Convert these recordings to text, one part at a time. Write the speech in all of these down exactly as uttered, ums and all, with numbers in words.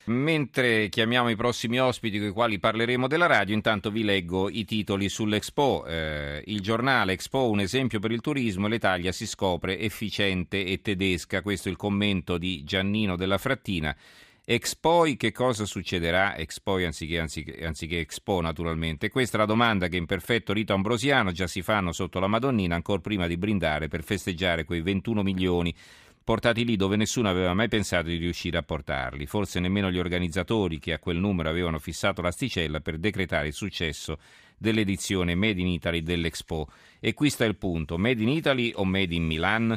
Mentre chiamiamo i prossimi ospiti con i quali parleremo della radio, intanto vi leggo i titoli sull'Expo. Eh, il giornale Expo, un esempio per il turismo, l'Italia si scopre efficiente e tedesca. Questo è il commento di Giannino della Frattina. Expoi, che cosa succederà? Expoi anziché, anziché, anziché Expo, naturalmente. Questa è la domanda che in perfetto rito ambrosiano già si fanno sotto la Madonnina, ancor prima di brindare per festeggiare quei ventuno milioni portati lì dove nessuno aveva mai pensato di riuscire a portarli. Forse nemmeno gli organizzatori che a quel numero avevano fissato l'asticella per decretare il successo dell'edizione Made in Italy dell'Expo. E qui sta il punto: Made in Italy o Made in Milan?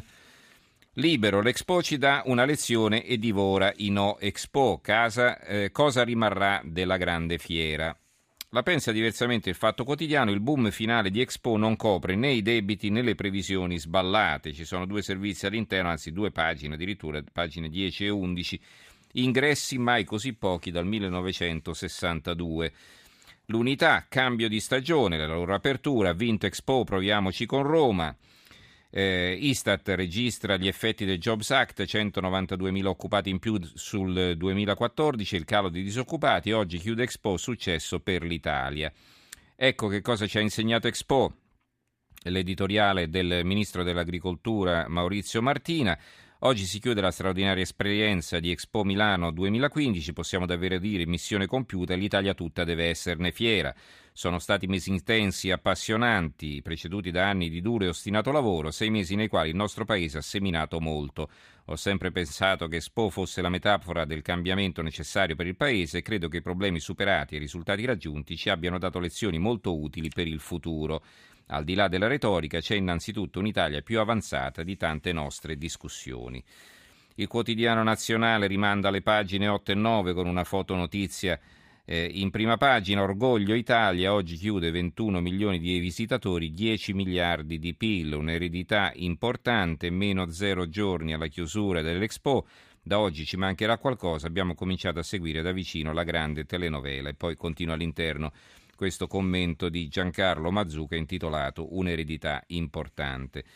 Libero, l'Expo ci dà una lezione e divora i no Expo. Casa, eh, cosa rimarrà della grande fiera? La pensa diversamente il Fatto Quotidiano: il boom finale di Expo non copre né i debiti né le previsioni sballate. Ci sono due servizi all'interno, anzi due pagine addirittura, pagine dieci e undici. Ingressi mai così pochi dal millenovecentosessantadue. L'Unità, cambio di stagione, la loro apertura, ha vinto Expo, proviamoci con Roma. Eh, Istat registra gli effetti del Jobs Act, centonovantaduemila occupati in più sul duemilaquattordici, il calo di disoccupati. Oggi chiude Expo, successo per l'Italia. Ecco che cosa ci ha insegnato Expo. L'editoriale del ministro dell'Agricoltura Maurizio Martina. Oggi si chiude la straordinaria esperienza di Expo Milano duemilaquindici, possiamo davvero dire missione compiuta, l'Italia tutta deve esserne fiera. Sono stati mesi intensi e appassionanti, preceduti da anni di duro e ostinato lavoro, sei mesi nei quali il nostro paese ha seminato molto. Ho sempre pensato che Expo fosse la metafora del cambiamento necessario per il paese e credo che i problemi superati e i risultati raggiunti ci abbiano dato lezioni molto utili per il futuro. Al di là della retorica c'è innanzitutto un'Italia più avanzata di tante nostre discussioni. Il Quotidiano Nazionale rimanda alle pagine otto e nove con una fotonotizia eh, in prima pagina. Orgoglio Italia, oggi chiude ventuno milioni di visitatori, dieci miliardi di P I L, un'eredità importante, meno zero giorni alla chiusura dell'Expo. Da oggi ci mancherà qualcosa, abbiamo cominciato a seguire da vicino la grande telenovela. E poi continua all'interno questo commento di Giancarlo Mazzuca intitolato Un'eredità importante.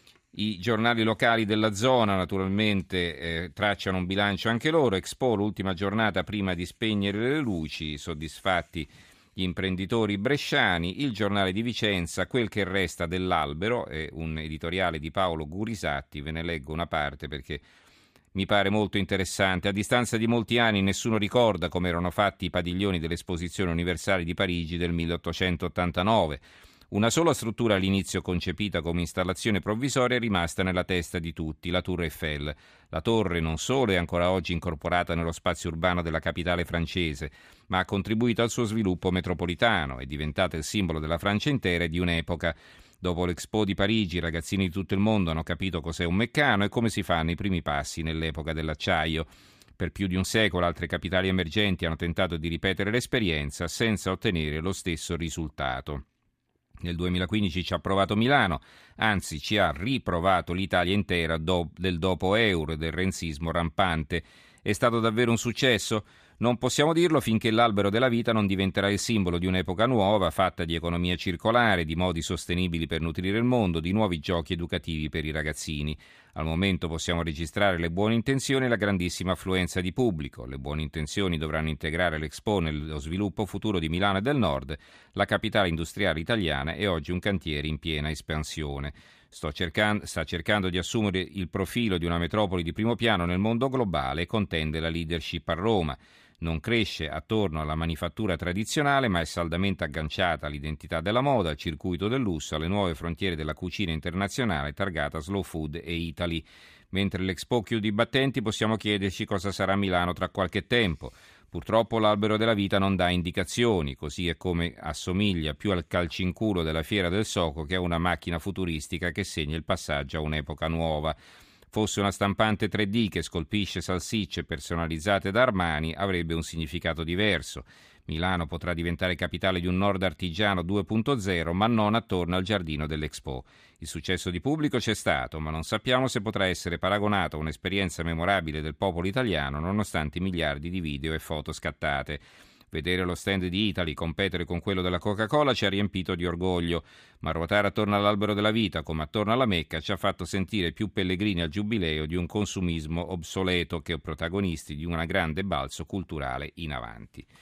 I giornali locali della zona naturalmente eh, tracciano un bilancio anche loro. Expo, l'ultima giornata prima di spegnere le luci, soddisfatti gli imprenditori bresciani. Il giornale di Vicenza, quel che resta dell'albero, è un editoriale di Paolo Gurisatti, ve ne leggo una parte perché mi pare molto interessante. A distanza di molti anni nessuno ricorda come erano fatti i padiglioni dell'Esposizione Universale di Parigi del milleottocentottantanove. Una sola struttura all'inizio concepita come installazione provvisoria è rimasta nella testa di tutti, la Tour Eiffel. La torre non solo è ancora oggi incorporata nello spazio urbano della capitale francese, ma ha contribuito al suo sviluppo metropolitano, è diventata il simbolo della Francia intera e di un'epoca. Dopo l'Expo di Parigi, i ragazzini di tutto il mondo hanno capito cos'è un meccano e come si fanno i primi passi nell'epoca dell'acciaio. Per più di un secolo altre capitali emergenti hanno tentato di ripetere l'esperienza senza ottenere lo stesso risultato. Nel duemilaquindici ci ha provato Milano, anzi ci ha riprovato l'Italia intera do- del dopo euro e del renzismo rampante. È stato davvero un successo? Non possiamo dirlo finché l'albero della vita non diventerà il simbolo di un'epoca nuova, fatta di economia circolare, di modi sostenibili per nutrire il mondo, di nuovi giochi educativi per i ragazzini. Al momento possiamo registrare le buone intenzioni e la grandissima affluenza di pubblico. Le buone intenzioni dovranno integrare l'Expo nello sviluppo futuro di Milano e del Nord. La capitale industriale italiana è oggi un cantiere in piena espansione. Sto cercando, sta cercando di assumere il profilo di una metropoli di primo piano nel mondo globale e contende la leadership a Roma. Non cresce attorno alla manifattura tradizionale, ma è saldamente agganciata all'identità della moda, al circuito del lusso, alle nuove frontiere della cucina internazionale targata Slow Food e Italy. Mentre l'Expo chiude i battenti, possiamo chiederci cosa sarà Milano tra qualche tempo. Purtroppo l'albero della vita non dà indicazioni, così è come assomiglia più al calcinculo della Fiera del Soco che a una macchina futuristica che segna il passaggio a un'epoca nuova. Fosse una stampante tre D che scolpisce salsicce personalizzate da Armani, avrebbe un significato diverso. Milano potrà diventare capitale di un nord artigiano due punto zero, ma non attorno al giardino dell'Expo. Il successo di pubblico c'è stato, ma non sappiamo se potrà essere paragonato a un'esperienza memorabile del popolo italiano, nonostante i miliardi di video e foto scattate. Vedere lo stand di Italy competere con quello della Coca-Cola ci ha riempito di orgoglio, ma ruotare attorno all'albero della vita come attorno alla Mecca ci ha fatto sentire più pellegrini al giubileo di un consumismo obsoleto che protagonisti di un grande balzo culturale in avanti.